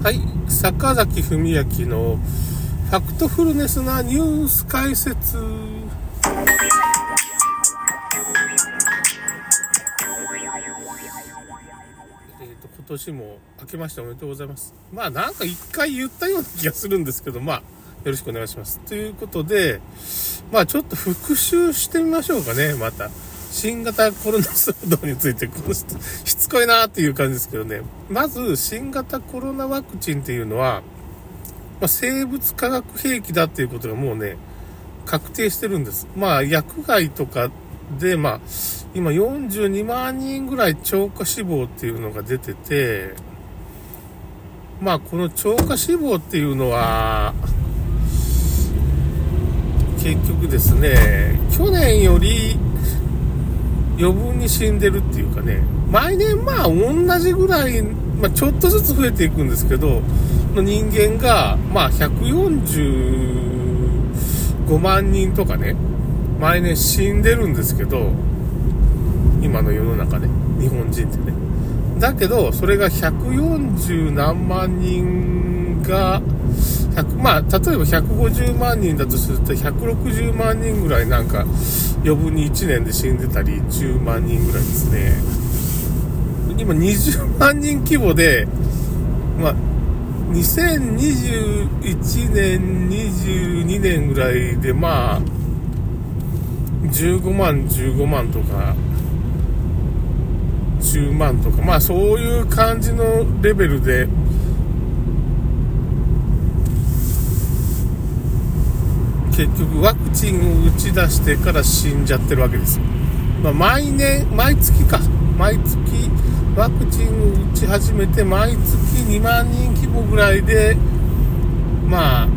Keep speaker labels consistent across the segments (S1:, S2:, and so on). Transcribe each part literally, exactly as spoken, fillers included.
S1: はい、坂崎文明のファクトフルネスなニュース解説。えーと、今年も明けましておめでとうございます。まあなんか一回言ったような気がするんですけど、まあよろしくお願いします。ということで、まあちょっと復習してみましょうかね、また。新型コロナ騒動について、この人、しつこいなっていう感じですけどね。まず、新型コロナワクチンっていうのは、まあ、生物化学兵器だっていうことがもうね、確定してるんです。まあ、薬害とかで、まあ、今よんじゅうにまんにんぐらい超過死亡っていうのが出てて、まあ、この超過死亡っていうのは、結局ですね、去年より、余分に死んでるっていうかね、毎年まあ同じぐらい、まあちょっとずつ増えていくんですけど、の人間がまあひゃくよんじゅうごまんにんとかね、毎年死んでるんですけど、今の世の中で、日本人ってね。だけど、それがひゃくよんじゅうなんまんにんが、まあ、例えばひゃくごじゅうまんにんだとするとひゃくろくじゅうまんにんぐらいなんか余分にいちねんで死んでたりじゅうまんにんぐらいですね。今にじゅうまんにん規模で、まあ、にせんにじゅういちねん、にじゅうにねんぐらいでまあ、じゅうごまん、じゅうごまんとか、じゅうまんとか、まあそういう感じのレベルで、結局ワクチンを打ち出してから死んじゃってるわけですよ。まあ、毎年、毎月か。毎月ワクチンを打ち始めて毎月にまんにん規模ぐらいで、まあ、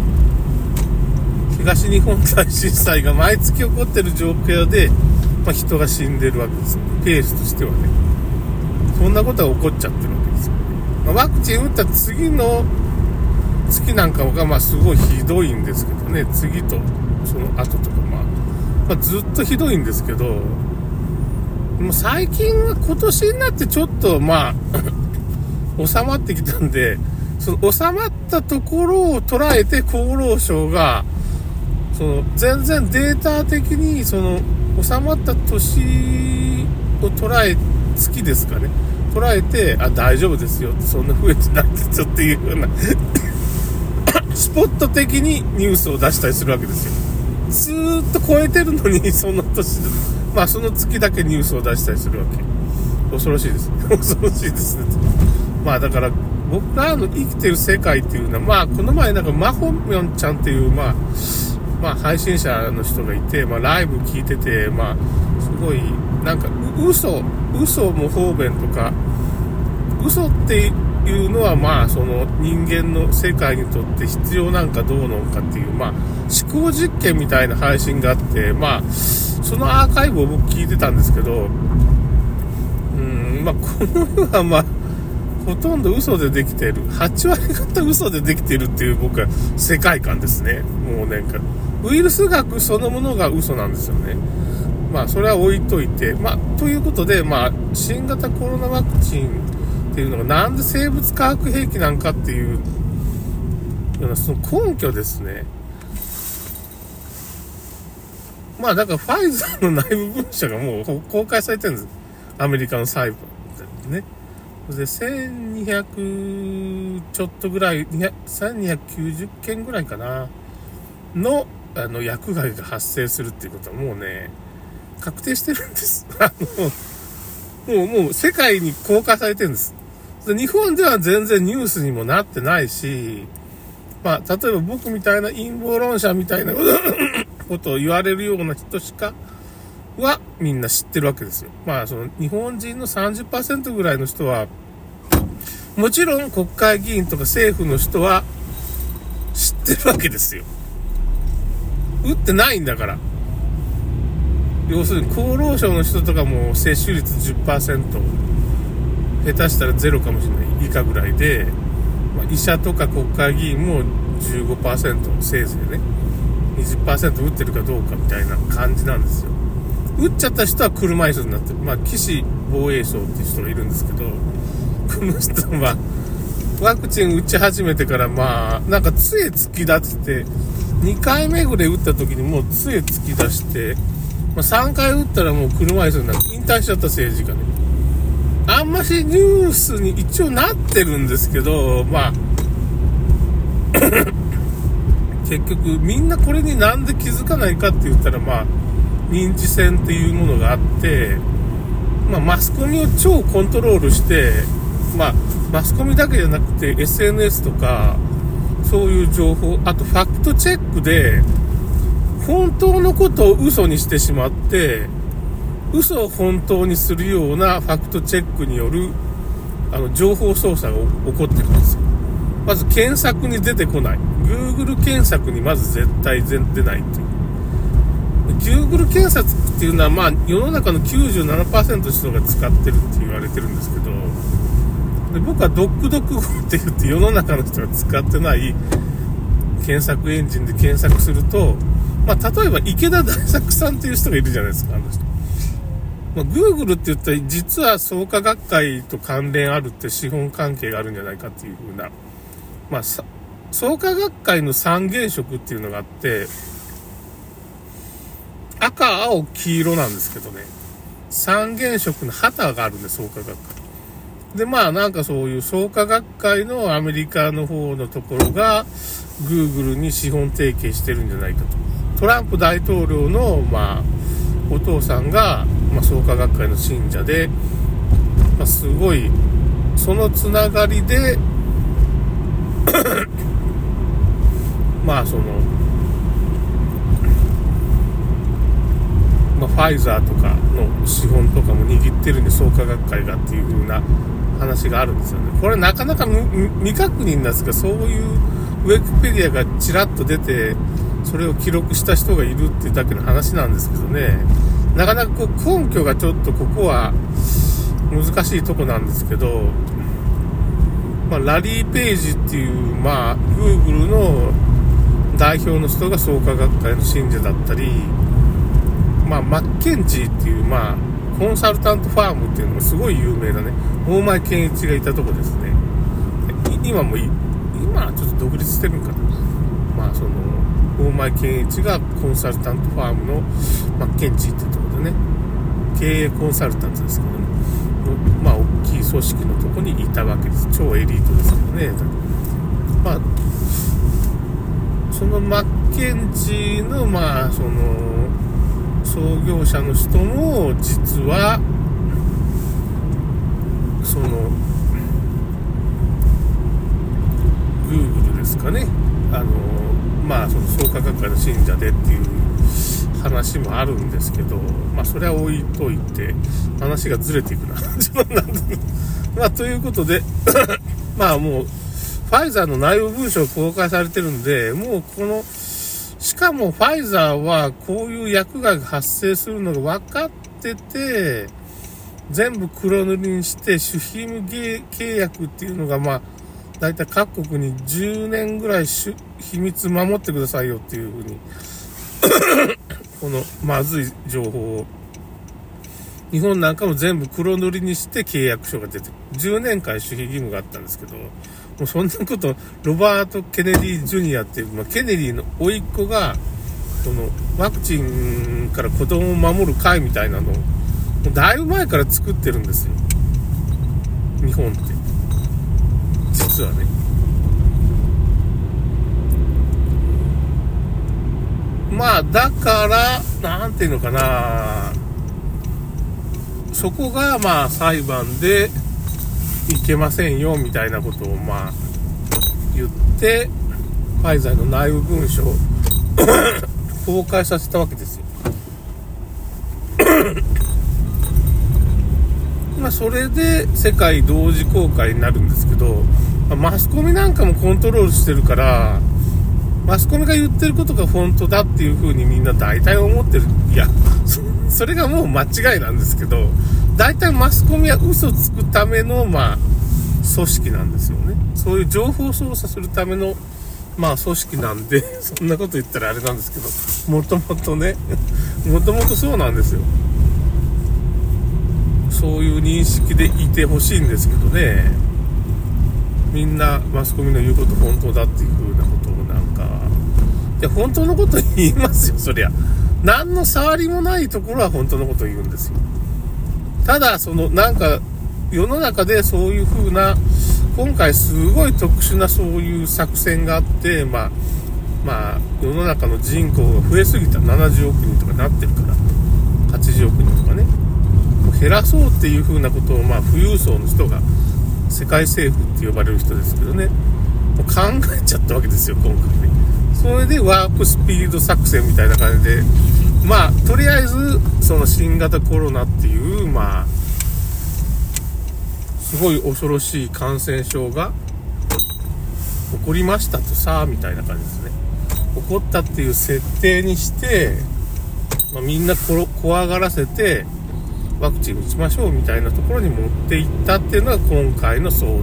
S1: 東日本大震災が毎月起こってる状況で、まあ、人が死んでるわけですよ。ペースとしてはね。そんなことが起こっちゃってるわけですよ。まあ、ワクチン打った次の月なんかがまあすごいひどいんですけどね、次とその後とか、まあ、まあずっとひどいんですけど、もう最近は今年になってちょっとまあ収まってきたんで、その収まったところを捉えて厚労省がその全然データ的にその収まった年を捉え、月ですかね、捉えて、あ、大丈夫ですよって、そんな増えてないですよっていうようなスポット的にニュースを出したりするわけですよ。ずーっと超えてるのに、その年、まあその月だけニュースを出したりするわけ。恐ろしいですね。恐ろしいですね。まあだから、僕らの生きてる世界っていうのは、まあこの前なんかマホミョンちゃんっていう、まあ、まあ配信者の人がいて、まあライブ聞いてて、まあ、すごい、なんか、嘘、嘘も方便とか、嘘っていうのはまあその人間の世界にとって必要なんかどうなのかっていう、まあ思考実験みたいな配信があって、まあそのアーカイブを僕聞いてたんですけど、うーん、まあこの世はまあほとんど嘘でできている、はちわり方嘘でできているっていう僕は世界観ですね。もうなんかウイルス学そのものが嘘なんですよね。まあそれは置いといて、まあということで、まあ新型コロナワクチンっていうのがなんで生物化学兵器なんかっていうようなその根拠ですね。まあだからファイザーの内部文書がもう公開されてるんです。アメリカの裁判でね。でせんにひゃくちょっとぐらい、せんにひゃくきゅうじゅっけんぐらいかなのあの薬害が発生するっていうことはもうね確定してるんです。あのもうもう世界に公開されてるんです。日本では全然ニュースにもなってないし、まあ、例えば僕みたいな陰謀論者みたいなことを言われるような人しかはみんな知ってるわけですよ。まあ、その日本人の さんじゅっパーセント ぐらいの人は、もちろん国会議員とか政府の人は知ってるわけですよ。打ってないんだから。要するに厚労省の人とかも接種率 じゅっパーセント、下手したらゼロかもしれない以下ぐらいで、まあ、医者とか国会議員も じゅうごパーセント せいぜいね にじゅっパーセント 打ってるかどうかみたいな感じなんですよ。打っちゃった人は車椅子になってる、まあ岸防衛省っていう人がいるんですけど、この人はワクチン打ち始めてから、まあ、なんか杖突き出して、にかいめぐらい打った時にもう杖突き出して、まあ、さんかい打ったらもう車椅子になって引退しちゃった政治家ね。あんましニュースに一応なってるんですけど、まあ、結局みんなこれになんで気づかないかって言ったら、まあ、認知戦っていうものがあって、まあ、マスコミを超コントロールして、まあ、マスコミだけじゃなくて エスエヌエス とかそういう情報、あとファクトチェックで本当のことを嘘にしてしまって、嘘を本当にするようなファクトチェックによるあの情報操作が起こってるんですよ。まず検索に出てこない。 Google 検索にまず絶対出ないっていう。 Google 検索っていうのは、まあ、世の中の きゅうじゅうななパーセント の人が使ってるって言われてるんですけど、で僕はドックドックゴーって言って世の中の人が使ってない検索エンジンで検索すると、まあ、例えば池田大作さんっていう人がいるじゃないですか、あの人。まあ、Google って言ったら実は創価学会と関連あるって資本関係があるんじゃないかっていう風な、まあ、創価学会の三原色っていうのがあって、赤、青、黄色なんですけどね、三原色の旗があるんで、創価学会で、まあなんかそういう創価学会のアメリカの方のところが Google に資本提携してるんじゃないかと。トランプ大統領のまあお父さんが、まあ、創価学会の信者で、まあ、すごいそのつながりでまあそのまあ、ファイザーとかの資本とかも握ってるんで、創価学会がっていう風な話があるんですよね。これなかなか未確認なんですが、そういうウィキペディアがちらっと出て、それを記録した人がいるっていうだけの話なんですけどね、なかなかこう根拠がちょっとここは難しいとこなんですけど、まあ、ラリー・ペイジっていう、まあ、Google の代表の人が創価学会の信者だったり、まあ、マッケンジーっていう、まあ、コンサルタントファームっていうのがすごい有名なね、大前健一がいたとこですね。今もい、今はちょっと独立してるんかな。まあ、その、大前健一がコンサルタントファームのマッケンジーっていうところでね、経営コンサルタントですけどね、まあ、大きい組織のとこにいたわけです。超エリートですけどね。まあ、そのマッケンジーの、まあ、その、創業者の人も実はその Google ですかね、あのまあその創価学会の信者でっていう話もあるんですけど、まあそれは置いといて話がずれていくなまあということでまあもうファイザーの内部文書が公開されてるんで、もうこのしかもファイザーはこういう薬害が発生するのが分かってて、全部黒塗りにして守秘義務契約っていうのが、まあだいたい各国にじゅうねんぐらい秘密守ってくださいよっていうふうにこのまずい情報を日本なんかも全部黒塗りにして契約書が出てじゅうねんかん守秘義務があったんですけど、もうそんなことロバート・ケネディ・ジュニアっていう、まあ、ケネディの甥っ子がそのワクチンから子供を守る会みたいなのをもうだいぶ前から作ってるんですよ、日本って実はね。まあだからなんていうのかな、そこがまあ裁判でいけませんよみたいなことをまあ言ってファイザーの内部文書を公開させたわけですよまあそれで世界同時公開になるんですけど、マスコミなんかもコントロールしてるから、マスコミが言ってることが本当だっていう風にみんな大体思ってる。いやそれがもう間違いなんですけど、大体マスコミは嘘つくためのまあ組織なんですよね。そういう情報操作するためのまあ組織なんで、そんなこと言ったらあれなんですけど、もともとねもともとそうなんですよ。そういう認識でいてほしいんですけどね。 みんなマスコミの言うこと本当だっていう風なことをなんか、いや本当のこと言いますよ、そりゃ。何の触りもないところは本当のことを言うんですよ。ただそのなんか世の中でそういう風な、今回すごい特殊なそういう作戦があって、まあまあ世の中の人口が増えすぎた、ななじゅうおくにんとかなってるから、はちじゅうおくにんとかね、もう減らそうっていう風なことを、まあ富裕層の人が、世界政府って呼ばれる人ですけどね、もう考えちゃったわけですよ、今回ね。それでワープスピード作戦みたいな感じで、まあとりあえずその新型コロナっていう、まあすごい恐ろしい感染症が起こりましたとさ、みたいな感じですね。起こったっていう設定にして、まあ、みんなこ怖がらせてワクチン打ちましょうみたいなところに持っていったっていうのが今回の騒動。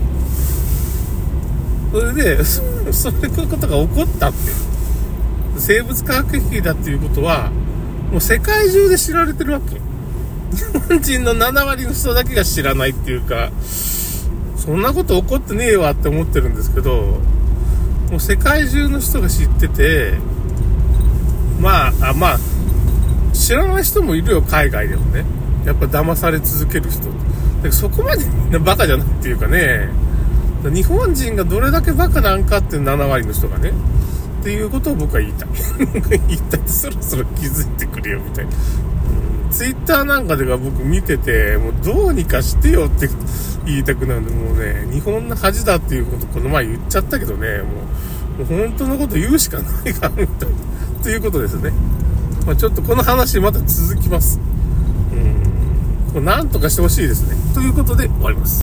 S1: それでそそういうことが起こったっていう、生物化学兵器だっていうことはもう世界中で知られてるわけ。日本人のななわりの人だけが知らないっていうか、そんなこと起こってねえわって思ってるんですけど、もう世界中の人が知ってて、まあ、あ、まあ、知らない人もいるよ、海外でもね。やっぱ騙され続ける人。でそこまでみんなバカじゃないっていうかね、日本人がどれだけバカなんかっていうななわりの人がね、っていうことを僕は言いたい。言いたい。そろそろ気づいてくれよ、みたいな。ツイッターなんかでは僕見てて、もうどうにかしてよって言いたくなるんで、もうね、日本の恥だっていうことこの前言っちゃったけどね、もう、もう本当のこと言うしかないかな、みたいな。ということですね。まあ、ちょっとこの話また続きます。うん。これなんとかしてほしいですね。ということで終わります。